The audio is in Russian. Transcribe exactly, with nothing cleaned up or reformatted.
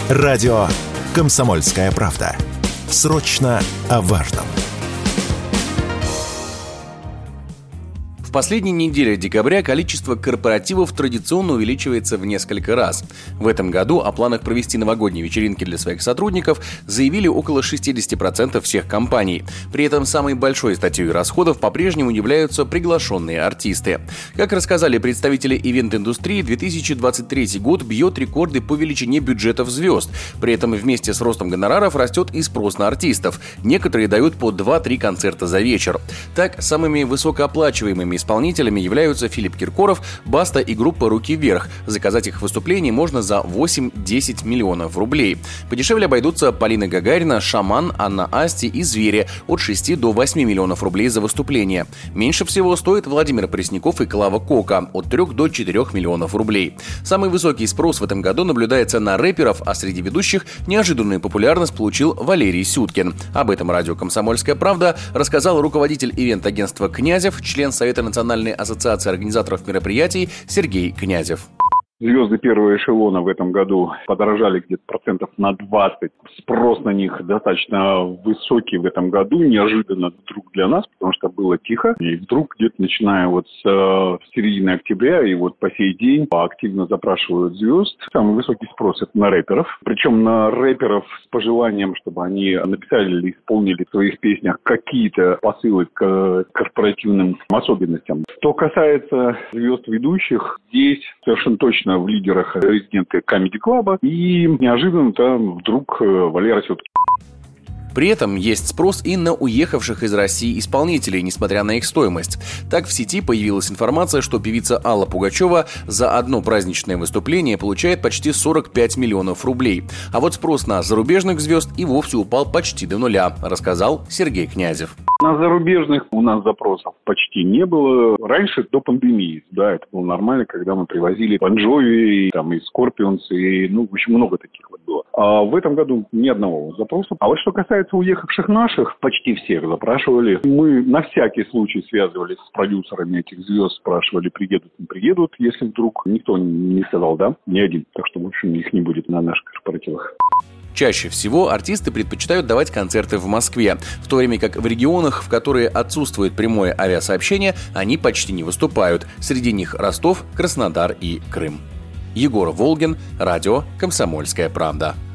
Радио «Комсомольская правда». Срочно о важном. В последней неделе декабря количество корпоративов традиционно увеличивается в несколько раз. В этом году о планах провести новогодние вечеринки для своих сотрудников заявили около шестьдесят процентов всех компаний. При этом самой большой статьей расходов по-прежнему являются приглашенные артисты. Как рассказали представители ивент-индустрии, две тысячи двадцать третий год бьет рекорды по величине бюджетов звезд. При этом вместе с ростом гонораров растет и спрос на артистов. Некоторые дают по два-три концерта за вечер. Так, самыми высокооплачиваемыми исполнителями являются Филипп Киркоров, Баста и группа «Руки вверх». Заказать их выступление можно за восемь-десять миллионов рублей. Подешевле обойдутся Полина Гагарина, Шаман, Анна Асти и Звери от шести до восьми миллионов рублей за выступление. Меньше всего стоит Владимир Пресняков и Клава Кока от трёх до четырёх миллионов рублей. Самый высокий спрос в этом году наблюдается на рэперов, а среди ведущих неожиданную популярность получил Валерий Сюткин. Об этом радио «Комсомольская правда» рассказал руководитель ивент-агентства «Князев», член Совета Национальной ассоциации организаторов мероприятий Сергей Князев. Звезды первого эшелона в этом году подорожали где-то процентов на двадцать. Спрос на них достаточно высокий в этом году, неожиданно вдруг для нас, потому что было тихо. И вдруг где-то начиная вот с э, середины октября и вот по сей день активно запрашивают звезд. Самый высокий спрос — это на рэперов. Причем на рэперов с пожеланием, чтобы они написали или исполнили в своих песнях какие-то посылы к корпоративным особенностям. Что касается звезд ведущих, здесь совершенно точно в лидерах резиденты Comedy Club, и неожиданно там вдруг Валера Сюткин. При этом есть спрос и на уехавших из России исполнителей, несмотря на их стоимость. Так, в сети появилась информация, что певица Алла Пугачева за одно праздничное выступление получает почти сорок пять миллионов рублей. А вот спрос на зарубежных звезд и вовсе упал почти до нуля, рассказал Сергей Князев. На зарубежных у нас запросов почти не было. Раньше, до пандемии, да, это было нормально, когда мы привозили Бон Джови, там, и Скорпионс, и, ну, в общем, много таких вот было. А в этом году ни одного запроса. А вот что касается уехавших наших, почти всех запрашивали. Мы на всякий случай связывались с продюсерами этих звезд, спрашивали, приедут, не приедут, если вдруг никто не сказал, да, ни один. Так что, в общем, их не будет на наших корпоративах. Чаще всего артисты предпочитают давать концерты в Москве, в то время как в регионах, в которые отсутствует прямое авиасообщение, они почти не выступают. Среди них Ростов, Краснодар и Крым. Егор Волгин, радио «Комсомольская правда».